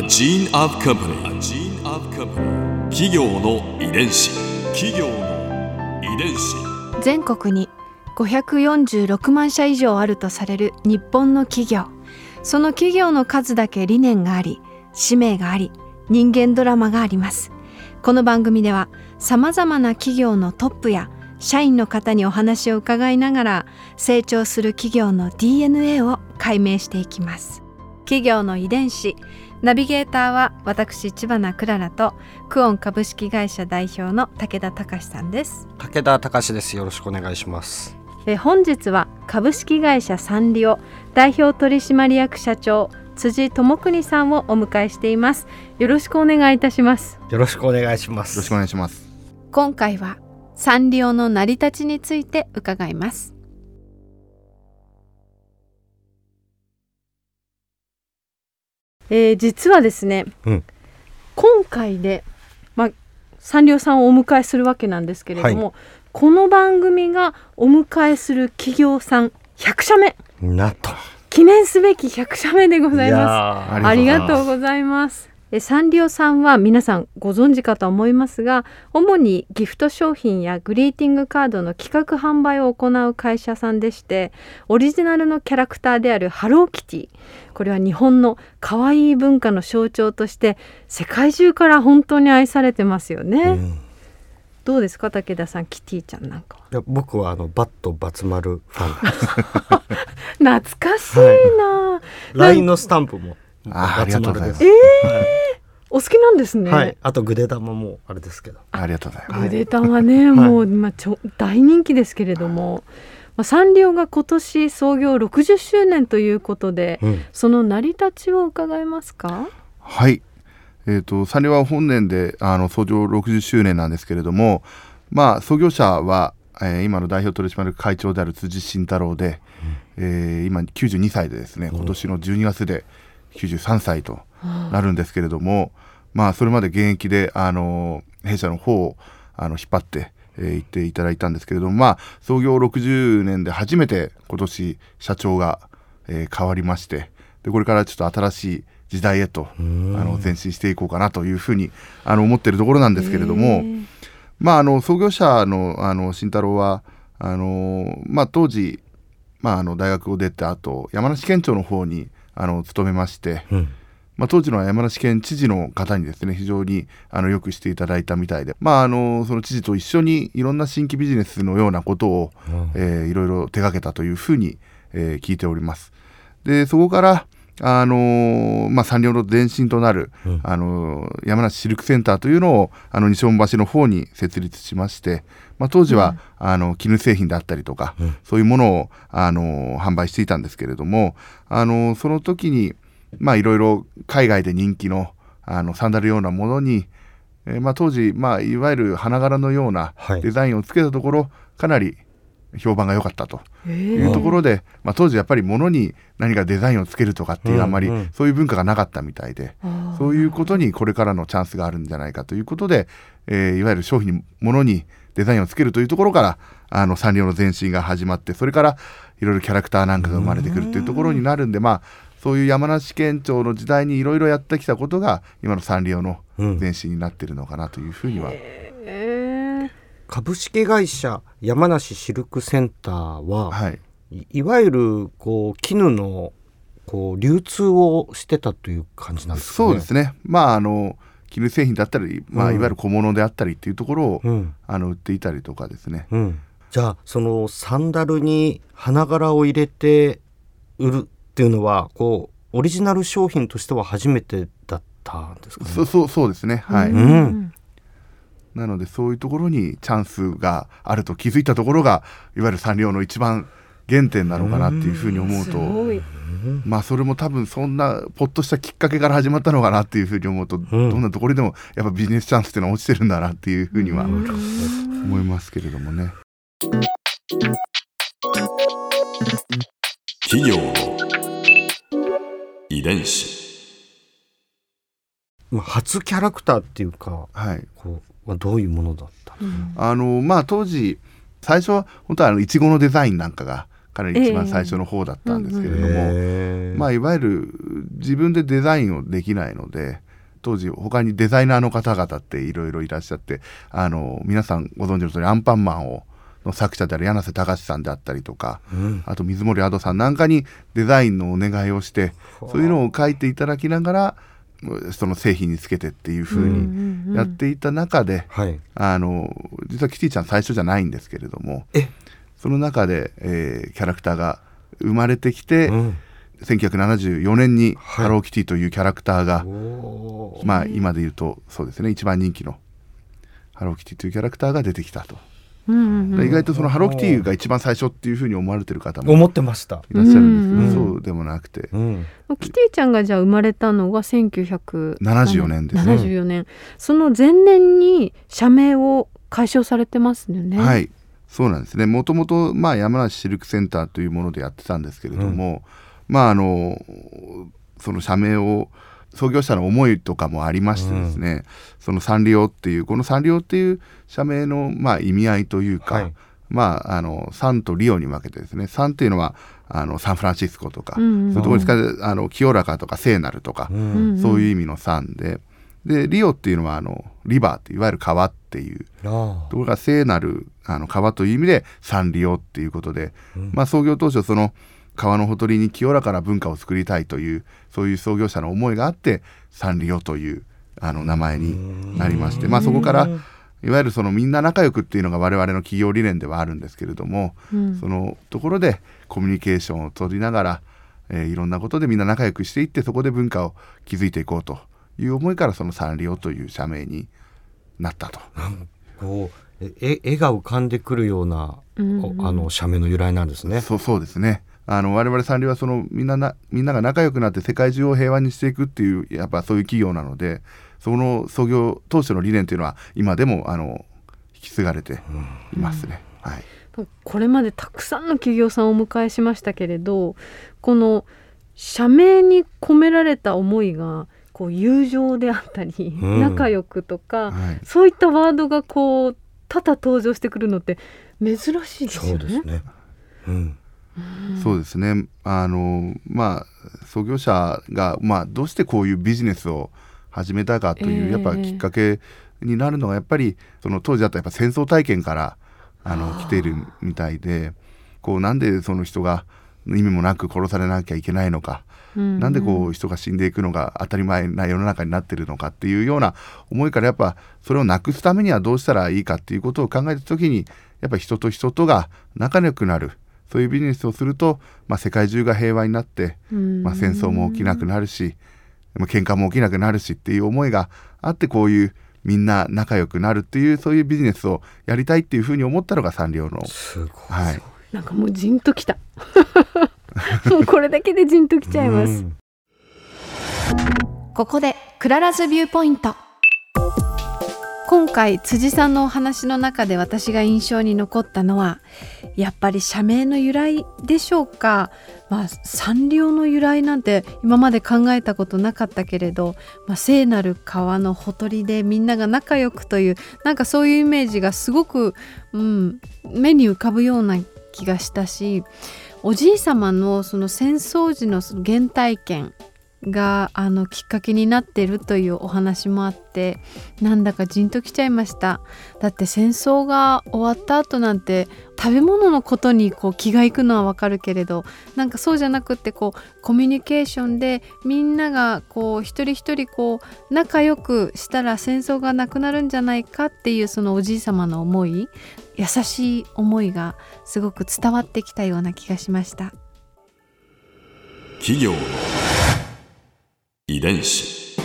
gene of company. A gene of company. 企業の遺伝子。 全国に546万社以上あるとされる日本の企業。その企業の数だけ理念があり、使命があり、人間ドラマがあります。この番組ではさまざまな企業のトップや社員の方にお話を伺いながら、成長する企業の DNA を解明していきます。企業の遺伝子。ナビゲーターは私知花くららとクオン株式会社代表の武田隆さんです。 武田隆です。よろしくお願いします。 本日は株式会社サンリオ代表取締役社長辻智邦さんをお迎えしています。よろしくお願いいたします。 よろしくお願いします。 よろしくお願いします。 今回はサンリオの成り立ちについて伺います。実はですね、今回で、サンリオさんをお迎えするわけなんですけれども、この番組がお迎えする企業さん100社目なと記念すべき100社目でございます。ありがとうございます。サンリオさんは皆さんご存知かと思いますが、主にギフト商品やグリーティングカードの企画販売を行う会社さんでして、オリジナルのキャラクターであるハローキティ、これは日本の可愛い文化の象徴として世界中から本当に愛されてますよね。どうですか武田さん、キティちゃんなんかは。 いや、僕はバットバツ丸ファンです懐かしいな、 LINE のスタンプもバツ丸です。 お好きなんですね。 あとグデ玉もあれですけど。 ありがとうございます。 グデ玉ね、もう、大人気ですけれども、サンリオが今年創業60周年ということで、その成り立ちを伺えますか？ はい、サンリオは本年で創業60周年なんですけれども、創業者は、今の代表取締役会長である辻慎太郎で、今92歳でですね、今年の12月で93歳となるんですけれども、それまで現役で弊社の方を引っ張って行っていただいたんですけれども、創業60年で初めて今年社長が、変わりまして、でこれからちょっと新しい時代へと前進していこうかなというふうに思っているところなんですけれども、創業者の慎太郎は当時、大学を出た後山梨県庁の方に勤めまして、当時の山梨県知事の方にですね、非常によくしていただいたみたいで、その知事と一緒にいろんな新規ビジネスのようなことを、いろいろ手掛けたというふうに、聞いております。でそこからサンリオの前身となる、山梨シルクセンターというのを西本橋の方に設立しまして、当時は、絹製品だったりとか、そういうものを販売していたんですけれども、その時にいろいろ海外で人気のサンダルようなものに、当時、いわゆる花柄のようなデザインをつけたところ、かなり評判が良かったというところで、当時やっぱり物に何かデザインをつけるとかっていうあんまりそういう文化がなかったみたいで、そういうことにこれからのチャンスがあるんじゃないかということで、いわゆる商品物にデザインをつけるというところからサンリオの前身が始まって、それからいろいろキャラクターなんかが生まれてくるというところになるんで、そういう山梨県庁の時代にいろいろやってきたことが今のサンリオの前身になっているのかなというふうには、 株式会社山梨シルクセンターは、いわゆる絹の流通をしてたという感じなんですかね。 そうですね。絹製品だったり、いわゆる小物であったりっていうところを、売っていたりとかですね。 じゃあそのサンダルに花柄を入れて売るっていうのはオリジナル商品としては初めてだったんですかね。 そうですね。なのでそういうところにチャンスがあると気づいたところがいわゆるサンリオの一番原点なのかなっていうふうに思うと、それも多分そんなポッとしたきっかけから始まったのかなっていうふうに思うと、どんなところでもやっぱビジネスチャンスっていうのは落ちてるんだなっていうふうには思いますけれどもね。 企業の遺伝子。 初キャラクターっていうか、どういうものだったの？ 当時最初は本当はイチゴのデザインなんかがかなり一番最初の方だったんですけれども、いわゆる自分でデザインをできないので、当時他にデザイナーの方々っていろいろいらっしゃって、皆さんご存知の通りアンパンマンの作者である柳瀬隆さんであったりとか、あと水森亜土さんなんかにデザインのお願いをして、そういうのを書いていただきながらその製品につけてっていう風にやっていた中で、実はキティちゃん最初じゃないんですけれども、その中で、キャラクターが生まれてきて、1974年にハローキティというキャラクターが、今で言うとそうですね、一番人気のハローキティというキャラクターが出てきたと。意外とそのハローキティが一番最初っていうふうに思われてる方も思ってましたいらっしゃるんですけど、そうでもなくて、 キティちゃんがじゃあ生まれたのが 1974年ですね。 74年、その前年に社名を解消されてますよね。 はい、そうなんですね。もともと山梨シルクセンターというものでやってたんですけれども、その社名を創業者の思いとかもありましてですね、そのサンリオっていうこのサンリオっていう社名の意味合いというか、サンとリオに分けてですね、サンっていうのはサンフランシスコとか、そういうところに使う清らかとか聖なるとか、そういう意味のサンで、リオっていうのはリバーっていわゆる川っていうところが聖なる川という意味でサンリオっていうことで、創業当初その川のほとりに清らかな文化を作りたいというそういう創業者の思いがあってサンリオという名前になりまして、そこからいわゆるそのみんな仲良くっていうのが我々の企業理念ではあるんですけれども、そのところでコミュニケーションを取りながら、いろんなことでみんな仲良くしていって、そこで文化を築いていこうという思いからそのサンリオという社名になったと。 絵が浮かんでくるような、社名の由来なんですね。 そうですね。我々サンリオはそのみんなが仲良くなって世界中を平和にしていくっていうやっぱそういう企業なので、その創業当初の理念というのは今でも引き継がれていますね。 これまでたくさんの企業さんをお迎えしましたけれど、この社名に込められた思いが友情であったり、仲良くとか、そういったワードが多々登場してくるのって珍しいですよね。 そうですね。 そうですね。創業者が、どうしてこういうビジネスを始めたかという、やっぱきっかけになるのがやっぱりその当時だったらやっぱ戦争体験から来ているみたいで、なんでその人が意味もなく殺されなきゃいけないのか、なんで人が死んでいくのが当たり前な世の中になっているのかっていうような思いから、やっぱそれをなくすためにはどうしたらいいかっていうことを考えた時に、やっぱ人と人とが仲良くなる、そういうビジネスをすると、世界中が平和になって、戦争も起きなくなるし、喧嘩も起きなくなるしっていう思いがあって、こういうみんな仲良くなるっていうそういうビジネスをやりたいっていうふうに思ったのがサンリオの。 すごい、 なんかもうジンときたもうこれだけでジンときちゃいます。ここでクララズビューポイント。今回辻さんのお話の中で私が印象に残ったのは、やっぱり社名の由来でしょうか。サンリオの由来なんて今まで考えたことなかったけれど、聖なる川のほとりでみんなが仲良くという、なんかそういうイメージがすごく、目に浮かぶような気がしたし、おじいさまのその戦争時の原体験がきっかけになっているというお話もあって、なんだかジンときちゃいました。だって戦争が終わった後なんて食べ物のことに気がいくのはわかるけれど、なんかそうじゃなくってコミュニケーションでみんなが一人一人仲良くしたら戦争がなくなるんじゃないかっていう、そのおじいさまの思い、優しい思いがすごく伝わってきたような気がしました。 企業の遺伝子。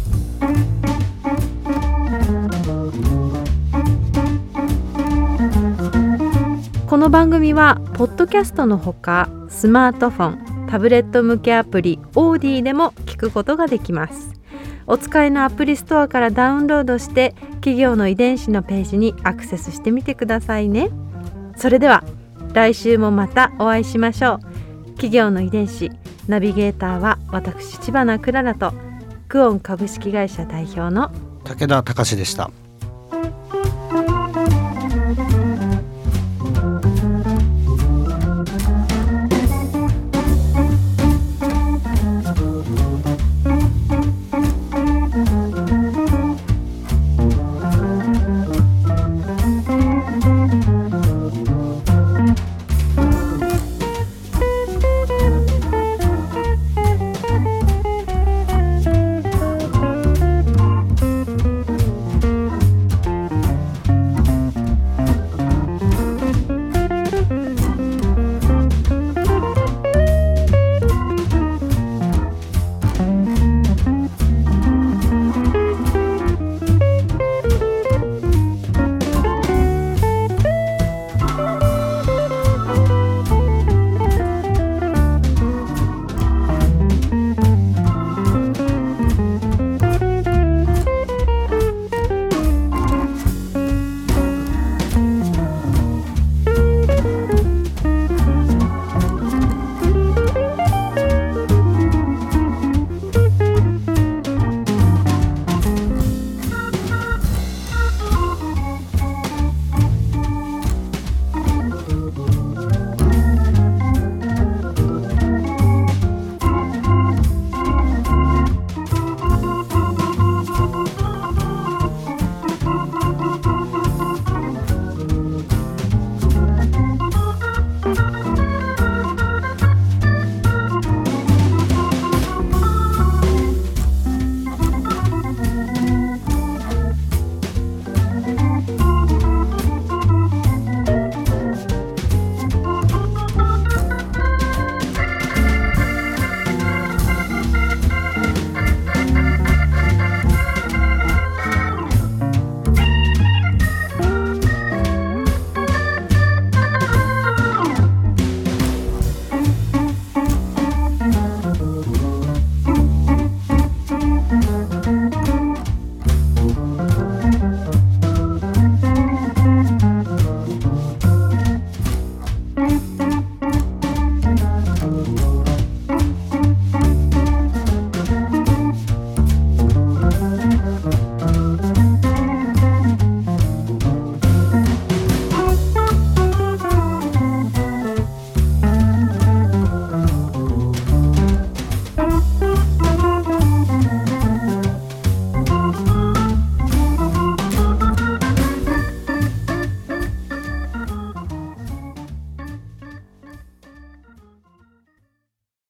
この番組はポッドキャストのほか、スマートフォン、タブレット向けアプリオーディでも聞くことができます。お使いのアプリストアからダウンロードして企業の遺伝子のページにアクセスしてみてくださいね。それでは来週もまたお会いしましょう。企業の遺伝子、ナビゲーターは私、知花くららとクオン株式会社代表の武田隆でした。